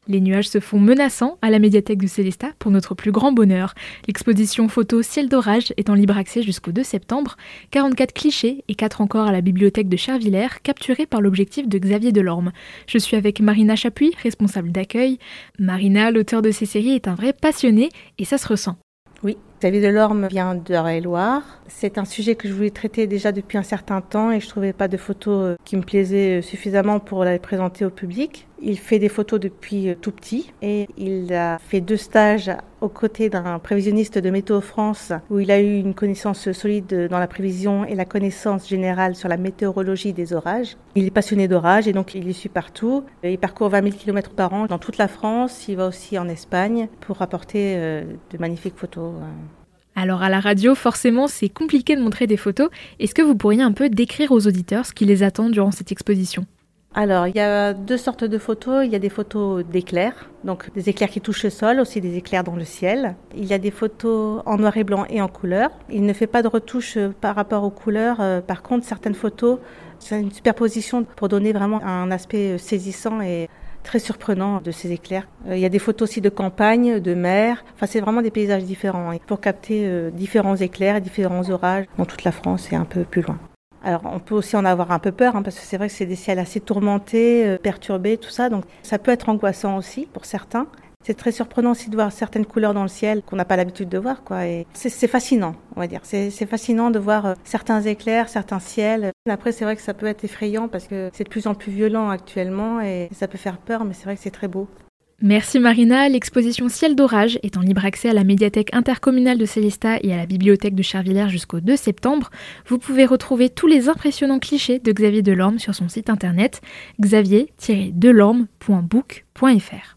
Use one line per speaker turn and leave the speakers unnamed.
Les nuages se font menaçants à la médiathèque du Célestat pour notre plus grand bonheur. L'exposition photo Ciel d'orage est en libre accès jusqu'au 2 septembre. 44 clichés et 4 encore à la bibliothèque de Chervillers, capturés par l'objectif de Xavier Delorme. Je suis avec Marina Chapuis, responsable d'accueil. Marina, l'auteur de ces séries, est un vrai passionné et ça se ressent.
Oui, Xavier Delorme vient d'Eure-et-Loir. C'est un sujet que je voulais traiter déjà depuis un certain temps et je ne trouvais pas de photos qui me plaisaient suffisamment pour les présenter au public. Il fait des photos depuis tout petit et il a fait 2 stages aux côtés d'un prévisionniste de Météo France où il a eu une connaissance solide dans la prévision et la connaissance générale sur la météorologie des orages. Il est passionné d'orages et donc il y suit partout. Il parcourt 20 000 km par an dans toute la France. Il va aussi en Espagne pour rapporter de magnifiques photos.
Alors à la radio, forcément, c'est compliqué de montrer des photos. Est-ce que vous pourriez un peu décrire aux auditeurs ce qui les attend durant cette exposition ?
Alors, il y a 2 sortes de photos. Il y a des photos d'éclairs, donc des éclairs qui touchent le sol, aussi des éclairs dans le ciel. Il y a des photos en noir et blanc et en couleur. Il ne fait pas de retouches par rapport aux couleurs. Par contre, certaines photos, c'est une superposition pour donner vraiment un aspect saisissant et très surprenant de ces éclairs. Il y a des photos aussi de campagne, de mer. Enfin, c'est vraiment des paysages différents pour capter différents éclairs, différents orages dans toute la France et un peu plus loin. Alors, on peut aussi en avoir un peu peur, parce que c'est vrai que c'est des ciels assez tourmentés, perturbés, tout ça. Donc, ça peut être angoissant aussi pour certains. C'est très surprenant aussi de voir certaines couleurs dans le ciel qu'on n'a pas l'habitude de voir, quoi. Et c'est fascinant, on va dire. C'est fascinant de voir certains éclairs, certains ciels. Après, c'est vrai que ça peut être effrayant parce que c'est de plus en plus violent actuellement et ça peut faire peur, mais c'est vrai que c'est très beau.
Merci Marina. L'exposition Ciel d'orage est en libre accès à la médiathèque intercommunale de Célestat et à la bibliothèque de Chervillers jusqu'au 2 septembre. Vous pouvez retrouver tous les impressionnants clichés de Xavier Delorme sur son site internet xavier-delorme.book.fr.